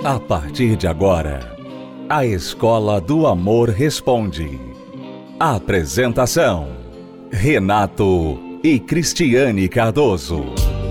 A partir de agora, a Escola do Amor Responde. Apresentação: Renato e Cristiane Cardoso.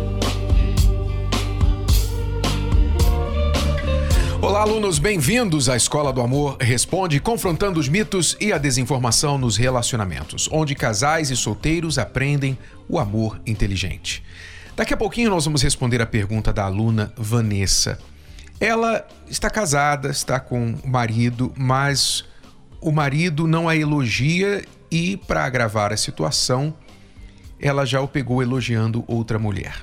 Olá, alunos, bem-vindos à Escola do Amor Responde, confrontando os mitos e a desinformação nos relacionamentos, onde casais e solteiros aprendem o amor inteligente. Daqui a pouquinho nós vamos responder a pergunta da aluna Vanessa. Ela está casada, está com o marido, mas o marido não a elogia e, para agravar a situação, ela já o pegou elogiando outra mulher.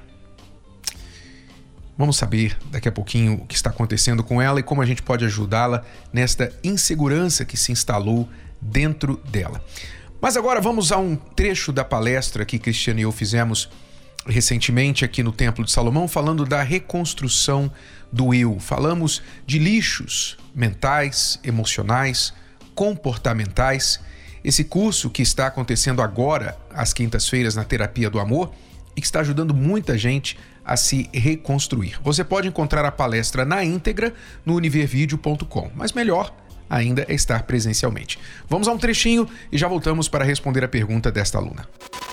Vamos saber daqui a pouquinho o que está acontecendo com ela e como a gente pode ajudá-la nesta insegurança que se instalou dentro dela. Mas agora vamos a um trecho da palestra que Cristiane e eu fizemos recentemente aqui no Templo de Salomão, falando da reconstrução do eu. Falamos de lixos mentais, emocionais, comportamentais. Esse curso que está acontecendo agora, às quintas-feiras, na Terapia do Amor, e que está ajudando muita gente a se reconstruir. Você pode encontrar a palestra na íntegra no univervideo.com, mas melhor ainda é estar presencialmente. Vamos a um trechinho e já voltamos para responder a pergunta desta aluna.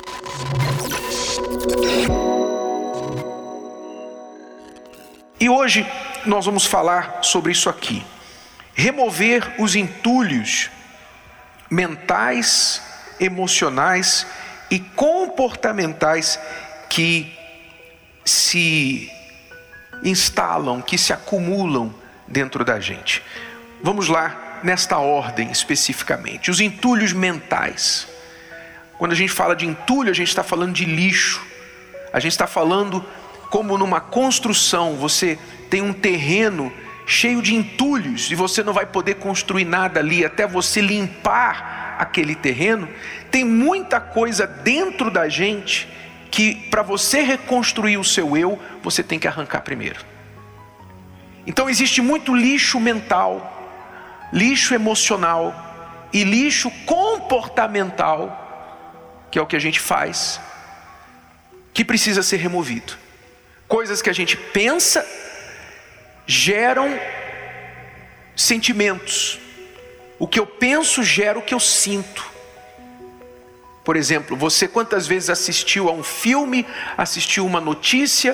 E hoje nós vamos falar sobre isso aqui. Remover os entulhos mentais, emocionais e comportamentais que se instalam, que se acumulam dentro da gente. Vamos lá, nesta ordem especificamente. Os entulhos mentais. Quando a gente fala de entulho, a gente está falando de lixo. A gente está falando como numa construção, você tem um terreno cheio de entulhos e você não vai poder construir nada ali até você limpar aquele terreno. Tem muita coisa dentro da gente que, para você reconstruir o seu eu, você tem que arrancar primeiro. Então existe muito lixo mental, lixo emocional e lixo comportamental, que é o que a gente faz, que precisa ser removido. Coisas que a gente pensa geram sentimentos. O que eu penso gera o que eu sinto. Por exemplo, você quantas vezes assistiu a um filme, assistiu uma notícia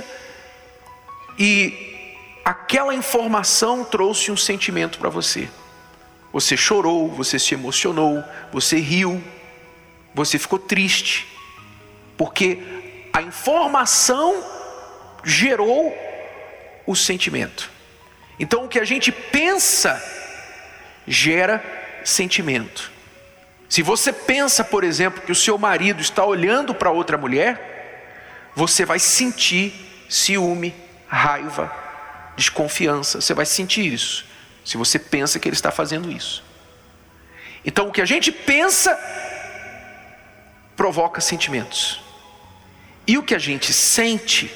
e aquela informação trouxe um sentimento para você. Você chorou, você se emocionou, você riu, você ficou triste, porque a informação gerou o sentimento. Então o que a gente pensa gera sentimento. Se você pensa, por exemplo, que o seu marido está olhando para outra mulher, você vai sentir ciúme, raiva, desconfiança. Você vai sentir isso, se você pensa que ele está fazendo isso. Então o que a gente pensa provoca sentimentos. E o que a gente sente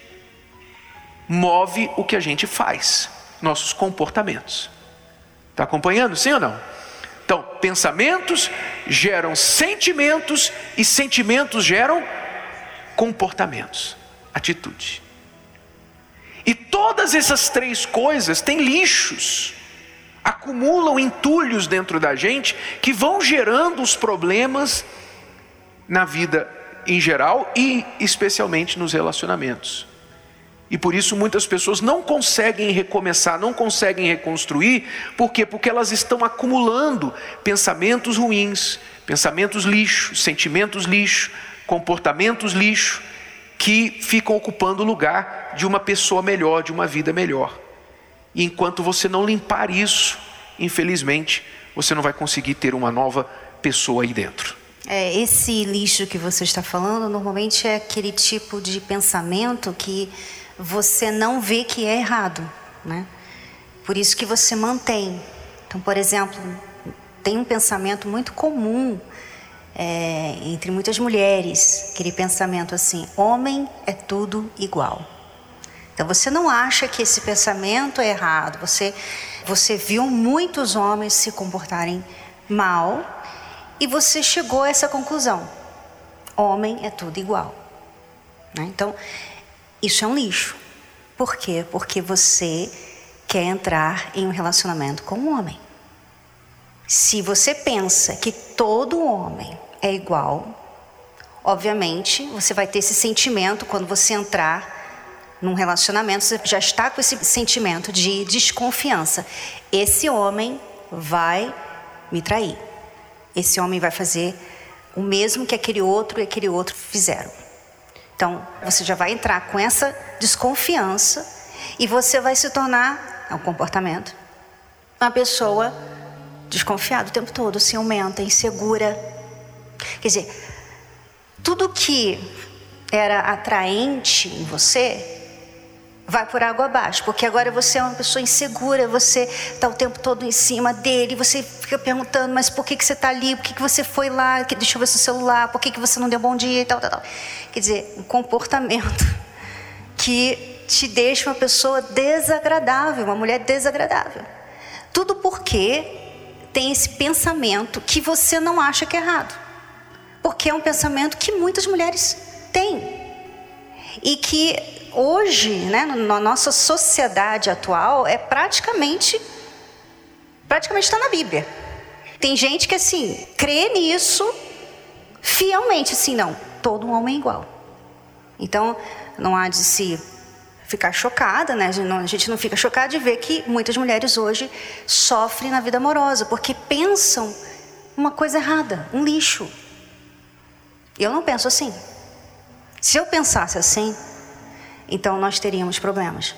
move o que a gente faz, nossos comportamentos. Está acompanhando, sim ou não? Então, pensamentos geram sentimentos e sentimentos geram comportamentos, atitude. E todas essas três coisas têm lixos, acumulam entulhos dentro da gente que vão gerando os problemas na vida em geral e especialmente nos relacionamentos. E por isso muitas pessoas não conseguem recomeçar, não conseguem reconstruir. Por quê? Porque elas estão acumulando pensamentos ruins, pensamentos lixo, sentimentos lixo, comportamentos lixo, que ficam ocupando o lugar de uma pessoa melhor, de uma vida melhor. E enquanto você não limpar isso, infelizmente, você não vai conseguir ter uma nova pessoa aí dentro. Esse lixo que você está falando, normalmente é aquele tipo de pensamento que você não vê que é errado, né? Por isso que você mantém. Então, por exemplo, tem um pensamento muito comum entre muitas mulheres, aquele pensamento assim: homem é tudo igual. Então você não acha que esse pensamento é errado, você viu muitos homens se comportarem mal e você chegou a essa conclusão: homem é tudo igual, né? Então isso é um lixo. Por quê? Porque você quer entrar em um relacionamento com um homem. Se você pensa que todo homem é igual, obviamente você vai ter esse sentimento quando você entrar num relacionamento, você já está com esse sentimento de desconfiança. Esse homem vai me trair. Esse homem vai fazer o mesmo que aquele outro e aquele outro fizeram. Então, você já vai entrar com essa desconfiança e você vai se tornar, é um comportamento, uma pessoa desconfiada o tempo todo, ciumenta, insegura. Quer dizer, tudo que era atraente em você vai por água abaixo, porque agora você é uma pessoa insegura, você está o tempo todo em cima dele, você fica perguntando, mas por que você está ali, por que você foi lá, deixa eu ver seu celular, por que você não deu bom dia e tal. Quer dizer, um comportamento que te deixa uma pessoa desagradável, uma mulher desagradável. Tudo porque tem esse pensamento que você não acha que é errado, porque é um pensamento que muitas mulheres têm e que hoje, né, na nossa sociedade atual, é praticamente está na Bíblia. Tem gente que assim crê nisso fielmente, assim, não, todo homem é igual. Então não há de se ficar chocada, né? A gente não fica chocada de ver que muitas mulheres hoje sofrem na vida amorosa porque pensam uma coisa errada, um lixo. Eu não penso assim. Se eu pensasse assim, então nós teríamos problemas.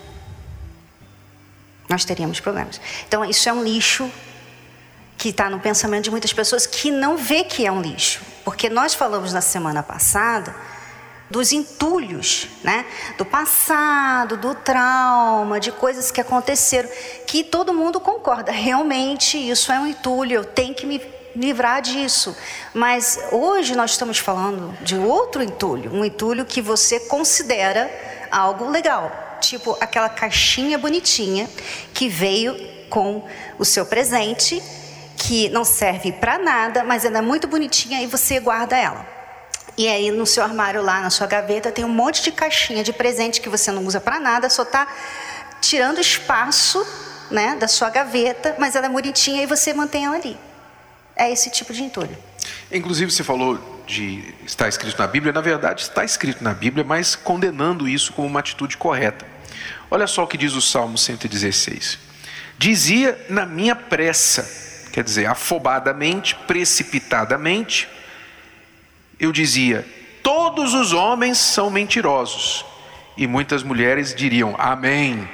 Nós teríamos problemas. Então isso é um lixo que está no pensamento de muitas pessoas que não vê que é um lixo. Porque nós falamos na semana passada dos entulhos, né? Do passado, do trauma, de coisas que aconteceram, que todo mundo concorda. Realmente isso é um entulho, eu tenho que me livrar disso. Mas hoje nós estamos falando de outro entulho, um entulho que você considera algo legal, tipo aquela caixinha bonitinha que veio com o seu presente, que não serve para nada, mas ela é muito bonitinha e você guarda ela. E aí no seu armário lá, na sua gaveta, tem um monte de caixinha de presente que você não usa para nada, só está tirando espaço, né, da sua gaveta, mas ela é bonitinha e você mantém ela ali. É esse tipo de entulho. Inclusive você falou de estar escrito na Bíblia. Na verdade está escrito na Bíblia, mas condenando isso como uma atitude correta. Olha só o que diz o Salmo 116. Dizia na minha pressa, quer dizer, afobadamente, precipitadamente, eu dizia, todos os homens são mentirosos. E muitas mulheres diriam, amém.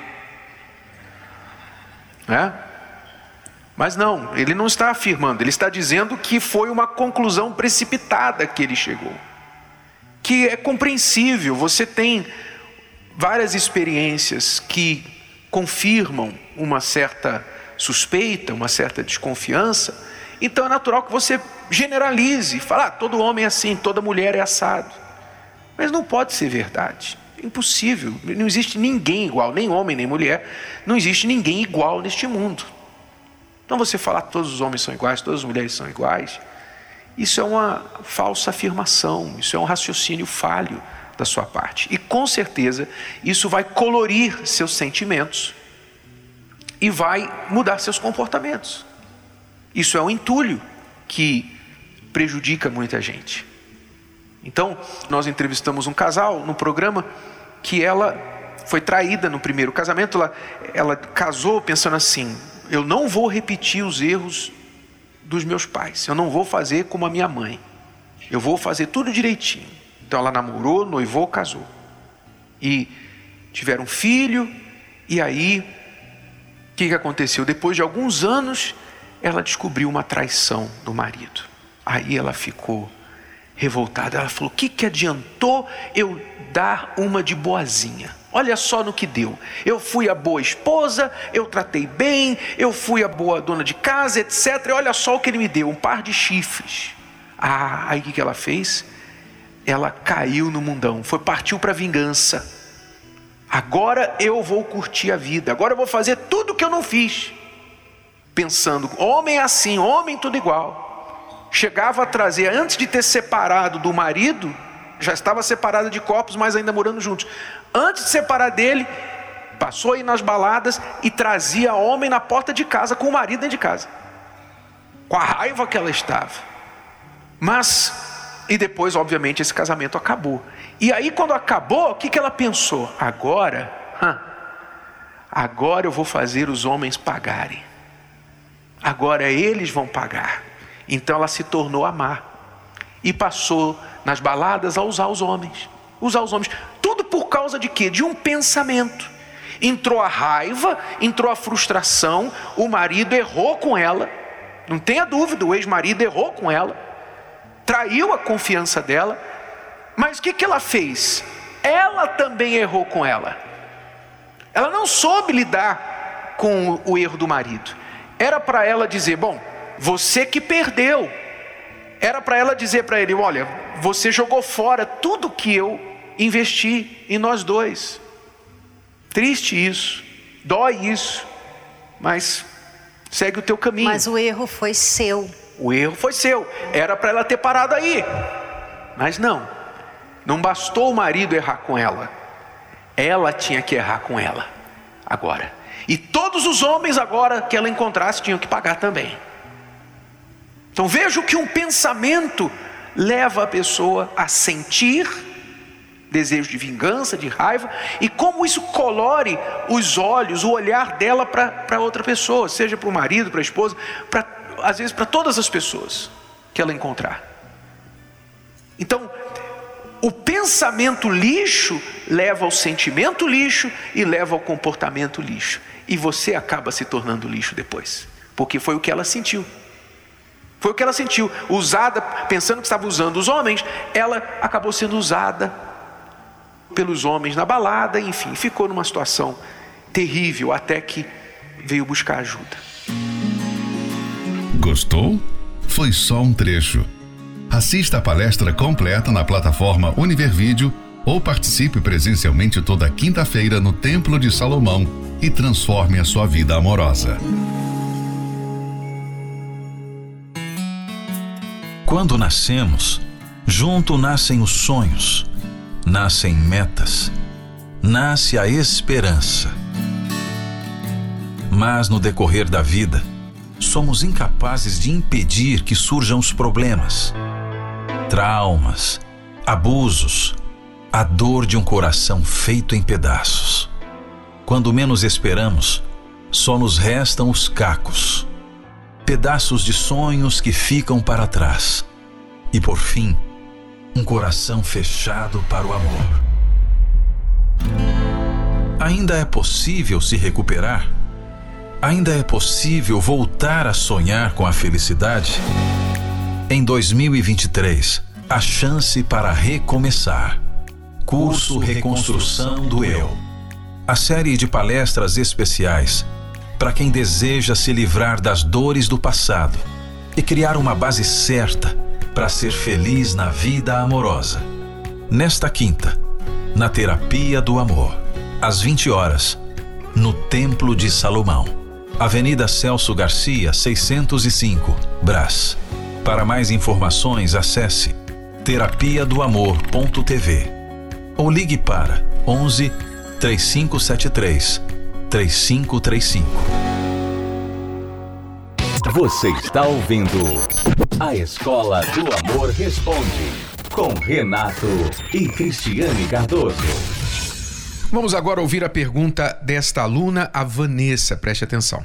Mas não, ele não está afirmando, ele está dizendo que foi uma conclusão precipitada que ele chegou. Que é compreensível, você tem várias experiências que confirmam uma certa suspeita, uma certa desconfiança. Então é natural que você generalize, fala, todo homem é assim, toda mulher é assado. Mas não pode ser verdade, é impossível, não existe ninguém igual, nem homem nem mulher, não existe ninguém igual neste mundo. Então você falar que todos os homens são iguais, todas as mulheres são iguais, isso é uma falsa afirmação, isso é um raciocínio falho da sua parte. E com certeza isso vai colorir seus sentimentos e vai mudar seus comportamentos. Isso é um entulho que prejudica muita gente. Então, nós entrevistamos um casal no programa que ela foi traída no primeiro casamento. Ela casou pensando assim, eu não vou repetir os erros dos meus pais. Eu não vou fazer como a minha mãe. Eu vou fazer tudo direitinho. Então ela namorou, noivou, casou. E tiveram um filho. E aí, o que aconteceu? Depois de alguns anos, ela descobriu uma traição do marido. Aí ela ficou revoltada. Ela falou, o que adiantou eu dar uma de boazinha? Olha só no que deu. Eu fui a boa esposa, eu tratei bem, eu fui a boa dona de casa, etc. E olha só o que ele me deu, um par de chifres. Aí o que ela fez? Ela caiu no mundão, partiu para a vingança. Agora eu vou curtir a vida, agora eu vou fazer tudo o que eu não fiz. Pensando, homem é assim, homem tudo igual. Chegava a trazer, antes de ter separado do marido, já estava separada de corpos, mas ainda morando juntos. Antes de separar dele, Passou aí nas baladas e trazia homem na porta de casa com o marido dentro de casa, com a raiva que ela estava. E depois, obviamente, esse casamento acabou. E aí, quando acabou, o que ela pensou? Agora eu vou fazer os homens pagarem. Agora eles vão pagar. Então ela se tornou a má e passou nas baladas a usar os homens. Tudo por causa de quê? De um pensamento. Entrou a raiva, entrou a frustração, o marido errou com ela. Não tenha dúvida, o ex-marido errou com ela, traiu a confiança dela. Mas o que ela fez? Ela também errou com ela. Ela não soube lidar com o erro do marido. Era para ela dizer, bom, você que perdeu. Era para ela dizer para ele, olha, você jogou fora tudo que eu investi em nós dois. Triste isso, dói isso, mas segue o teu caminho. Mas o erro foi seu. O erro foi seu. Era para ela ter parado aí. Mas não bastou o marido errar com ela. Ela tinha que errar com ela agora. E todos os homens agora que ela encontrasse tinham que pagar também. Então veja que um pensamento leva a pessoa a sentir desejo de vingança, de raiva, e como isso colore os olhos, o olhar dela para outra pessoa, seja para o marido, para a esposa, às vezes para todas as pessoas que ela encontrar. Então, o pensamento lixo leva ao sentimento lixo e leva ao comportamento lixo. E você acaba se tornando lixo depois, porque foi o que ela sentiu. Foi o que ela sentiu, usada, pensando que estava usando os homens, ela acabou sendo usada pelos homens na balada, enfim, ficou numa situação terrível, até que veio buscar ajuda. Gostou? Foi só um trecho. Assista a palestra completa na plataforma Univervídeo ou participe presencialmente toda quinta-feira no Templo de Salomão e transforme a sua vida amorosa. Quando nascemos, junto nascem os sonhos, nascem metas, nasce a esperança. Mas no decorrer da vida, somos incapazes de impedir que surjam os problemas, traumas, abusos, a dor de um coração feito em pedaços. Quando menos esperamos, só nos restam os cacos, pedaços de sonhos que ficam para trás. E por fim, um coração fechado para o amor. Ainda é possível se recuperar? Ainda é possível voltar a sonhar com a felicidade? Em 2023, a chance para recomeçar. Curso Reconstrução do Eu. A série de palestras especiais para quem deseja se livrar das dores do passado e criar uma base certa para ser feliz na vida amorosa. Nesta quinta, na Terapia do Amor, às 20 horas, no Templo de Salomão, Avenida Celso Garcia, 605, Brás. Para mais informações, acesse terapiadoamor.tv ou ligue para 11 3573 3535. Você está ouvindo A Escola do Amor Responde, com Renato e Cristiane Cardoso. Vamos agora ouvir a pergunta desta aluna, a Vanessa. Preste atenção.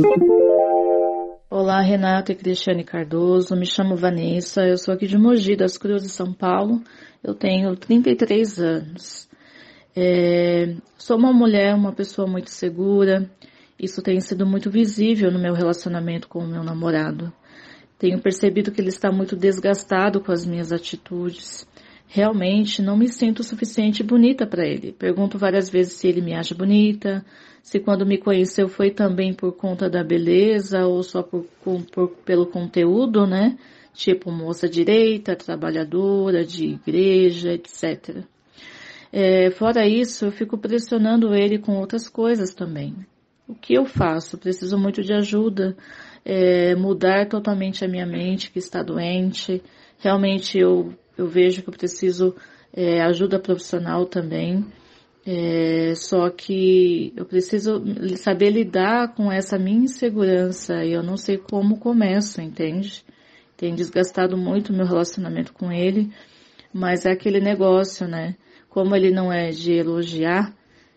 Olá, Renato e Cristiane Cardoso. Me chamo Vanessa. Eu sou aqui de Mogi das Cruzes, São Paulo. Eu tenho 33 anos. Sou uma mulher, uma pessoa muito segura. Isso tem sido muito visível no meu relacionamento com o meu namorado. Tenho percebido que ele está muito desgastado com as minhas atitudes. Realmente não me sinto o suficiente bonita para ele. Pergunto várias vezes se ele me acha bonita, se quando me conheceu foi também por conta da beleza ou só pelo conteúdo, né? Tipo moça direita, trabalhadora, de igreja, etc. Fora isso, eu fico pressionando ele com outras coisas também. O que eu faço? Preciso muito de ajuda, mudar totalmente a minha mente que está doente. Realmente eu vejo que eu preciso ajuda profissional também. Só que eu preciso saber lidar com essa minha insegurança e eu não sei como começo, entende? Tem desgastado muito o meu relacionamento com ele, mas é aquele negócio, né? Como ele não é de elogiar,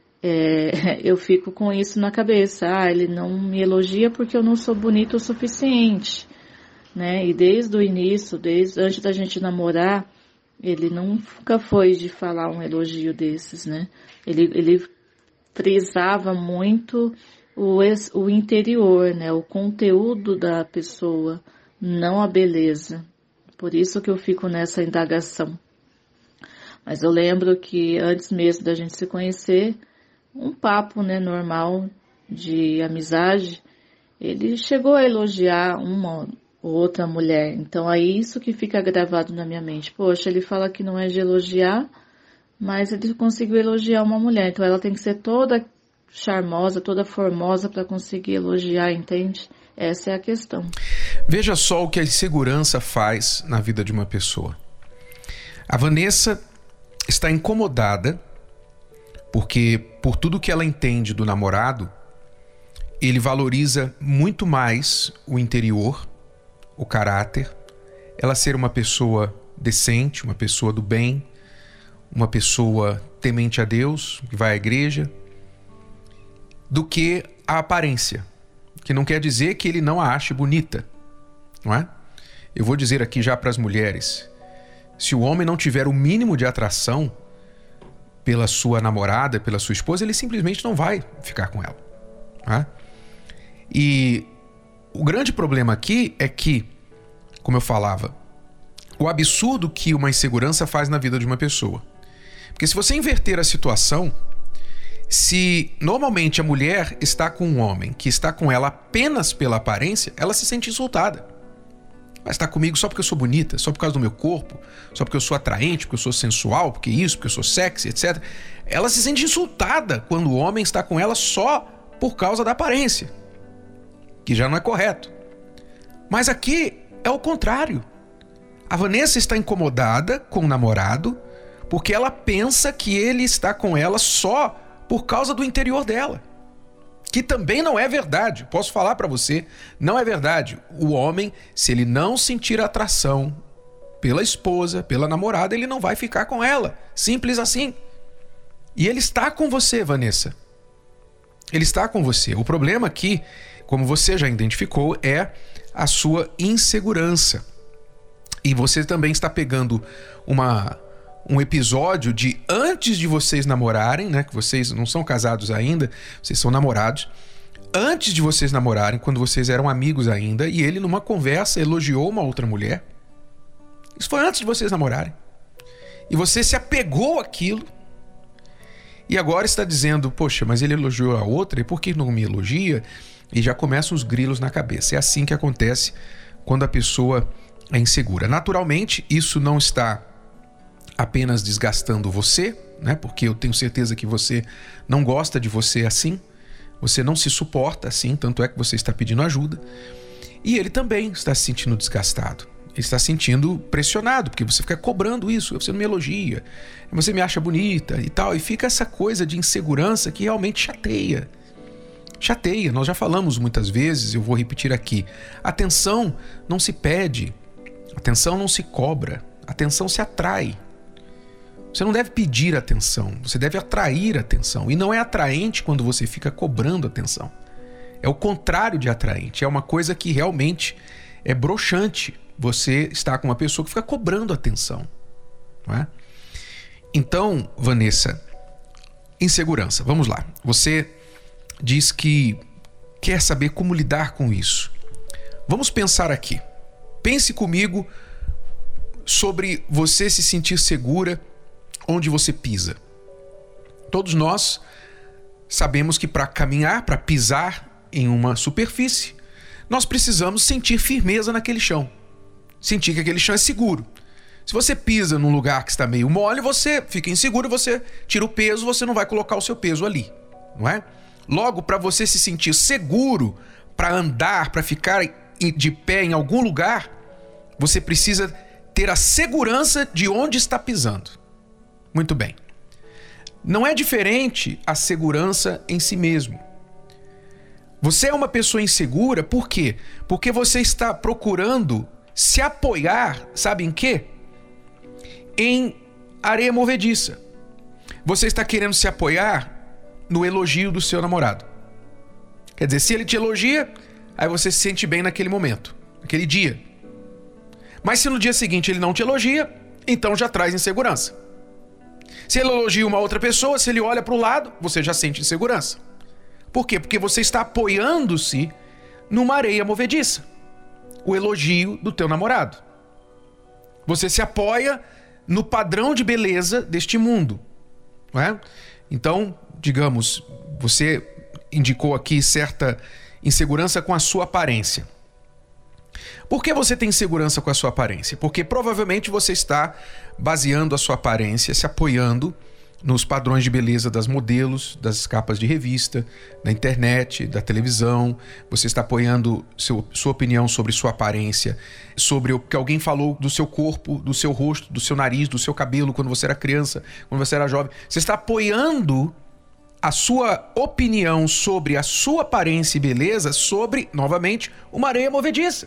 eu fico com isso na cabeça. Ele não me elogia porque eu não sou bonita o suficiente, né? E desde o início, antes da gente namorar, ele nunca foi de falar um elogio desses, né? Ele frisava muito o interior, né? O conteúdo da pessoa, não a beleza. Por isso que eu fico nessa indagação. Mas eu lembro que antes mesmo da gente se conhecer, um papo, né, normal de amizade, ele chegou a elogiar uma ou outra mulher. Então é isso que fica gravado na minha mente. Poxa, ele fala que não é de elogiar, mas ele conseguiu elogiar uma mulher. Então ela tem que ser toda charmosa, toda formosa para conseguir elogiar, entende? Essa é a questão. Veja só o que a insegurança faz na vida de uma pessoa. A Vanessa está incomodada porque, por tudo que ela entende do namorado, ele valoriza muito mais o interior, o caráter, ela ser uma pessoa decente, uma pessoa do bem, uma pessoa temente a Deus, que vai à igreja, do que a aparência, que não quer dizer que ele não a ache bonita, não é? Eu vou dizer aqui já para as mulheres, se o homem não tiver o mínimo de atração pela sua namorada, pela sua esposa, ele simplesmente não vai ficar com ela, não é? E o grande problema aqui é que, como eu falava, o absurdo que uma insegurança faz na vida de uma pessoa. Porque se você inverter a situação, se normalmente a mulher está com um homem que está com ela apenas pela aparência, ela se sente insultada. Mas está comigo só porque eu sou bonita, só por causa do meu corpo, só porque eu sou atraente, porque eu sou sensual, porque isso, porque eu sou sexy, etc. Ela se sente insultada quando o homem está com ela só por causa da aparência, que já não é correto. Mas aqui é o contrário. A Vanessa está incomodada com o namorado porque ela pensa que ele está com ela só por causa do interior dela. Que também não é verdade. Posso falar para você, não é verdade. O homem, se ele não sentir atração pela esposa, pela namorada, ele não vai ficar com ela. Simples assim. E ele está com você, Vanessa. Ele está com você. O problema aqui, como você já identificou, é a sua insegurança. E você também está pegando um episódio de antes de vocês namorarem, né? Que vocês não são casados ainda, vocês são namorados. Antes de vocês namorarem, quando vocês eram amigos ainda, e ele numa conversa elogiou uma outra mulher. Isso foi antes de vocês namorarem. E você se apegou àquilo. E agora está dizendo, poxa, mas ele elogiou a outra, e por que não me elogia? E já começam os grilos na cabeça. É assim que acontece quando a pessoa é insegura. Naturalmente, isso não está apenas desgastando você, né? Porque eu tenho certeza que você não gosta de você assim, você não se suporta assim, tanto é que você está pedindo ajuda. E ele também está se sentindo desgastado. Ele está se sentindo pressionado, porque você fica cobrando isso, você não me elogia, você me acha bonita e tal, e fica essa coisa de insegurança que realmente chateia. Chateia, nós já falamos muitas vezes, eu vou repetir aqui. Atenção não se pede, atenção não se cobra, atenção se atrai. Você não deve pedir atenção, você deve atrair atenção. E não é atraente quando você fica cobrando atenção. É o contrário de atraente, é uma coisa que realmente é broxante. Você está com uma pessoa que fica cobrando atenção, não é? Então, Vanessa, insegurança, vamos lá. Você diz que quer saber como lidar com isso. Vamos pensar aqui. Pense comigo sobre você se sentir segura onde você pisa. Todos nós sabemos que para caminhar, para pisar em uma superfície, nós precisamos sentir firmeza naquele chão. Sentir que aquele chão é seguro. Se você pisa num lugar que está meio mole, você fica inseguro, você tira o peso, você não vai colocar o seu peso ali, não é? Logo, para você se sentir seguro, para andar, para ficar de pé em algum lugar, você precisa ter a segurança de onde está pisando. Muito bem. não é diferente a segurança em si mesmo. Você é uma pessoa insegura, por quê? Porque você está procurando se apoiar, sabe em quê? Em areia movediça. Você está querendo se apoiar no elogio do seu namorado. Quer dizer, se ele te elogia, aí você se sente bem naquele momento, naquele dia. Mas se no dia seguinte ele não te elogia, então já traz insegurança. Se ele elogia uma outra pessoa, se ele olha para o lado, você já sente insegurança. Por quê? Porque você está apoiando-se numa areia movediça. O elogio do teu namorado. Você se apoia no padrão de beleza deste mundo, não é? Então, digamos, você indicou aqui certa insegurança com a sua aparência. Por que você tem insegurança com a sua aparência? Porque provavelmente você está baseando a sua aparência, se apoiando nos padrões de beleza das modelos, das capas de revista, da internet, da televisão. Você está apoiando sua opinião sobre sua aparência, sobre o que alguém falou do seu corpo, do seu rosto, do seu nariz, do seu cabelo quando você era criança, quando você era jovem. Você está apoiando a sua opinião sobre a sua aparência e beleza sobre, novamente, uma areia movediça.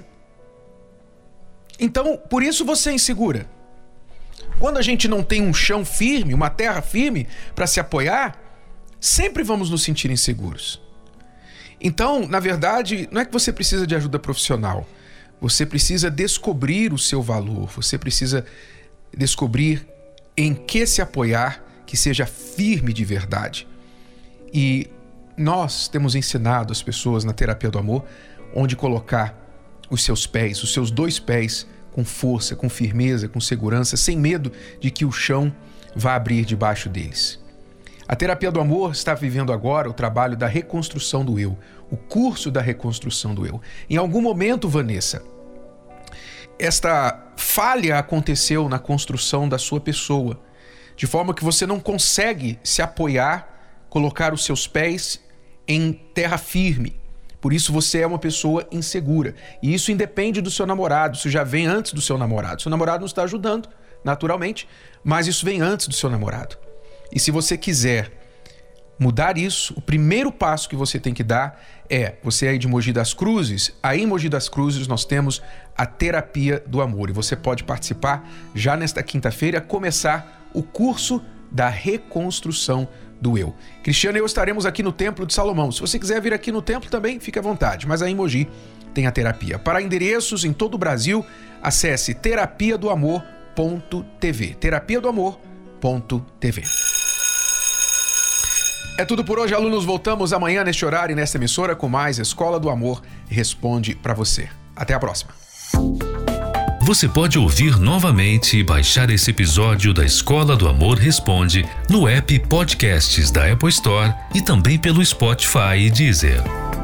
Então, por isso você é insegura. Quando a gente não tem um chão firme, uma terra firme para se apoiar, sempre vamos nos sentir inseguros. Então, na verdade, não é que você precisa de ajuda profissional. Você precisa descobrir o seu valor. Você precisa descobrir em que se apoiar, que seja firme de verdade. E nós temos ensinado as pessoas na terapia do amor onde colocar os seus pés, os seus 2 pés, com força, com firmeza, com segurança, sem medo de que o chão vá abrir debaixo deles. A terapia do amor está vivendo agora o trabalho da reconstrução do eu, o curso da reconstrução do eu. Em algum momento, Vanessa, esta falha aconteceu na construção da sua pessoa, de forma que você não consegue se apoiar, colocar os seus pés em terra firme. Por isso você é uma pessoa insegura. E isso independe do seu namorado, isso já vem antes do seu namorado. Seu namorado não está ajudando, naturalmente, mas isso vem antes do seu namorado. E se você quiser mudar isso, o primeiro passo que você tem que dar é, você aí de Mogi das Cruzes, aí em Mogi das Cruzes nós temos a terapia do amor. E você pode participar já nesta quinta-feira, começar o curso da reconstrução do eu. Cristiano e eu estaremos aqui no Templo de Salomão. Se você quiser vir aqui no templo também, fique à vontade. Mas aí em Mogi tem a terapia. Para endereços em todo o Brasil, acesse terapiadoamor.tv. terapiadoamor.tv. É tudo por hoje, alunos. Voltamos amanhã neste horário e nesta emissora com mais Escola do Amor Responde para você. Até a próxima. Você pode ouvir novamente e baixar esse episódio da Escola do Amor Responde no app Podcasts da Apple Store e também pelo Spotify e Deezer.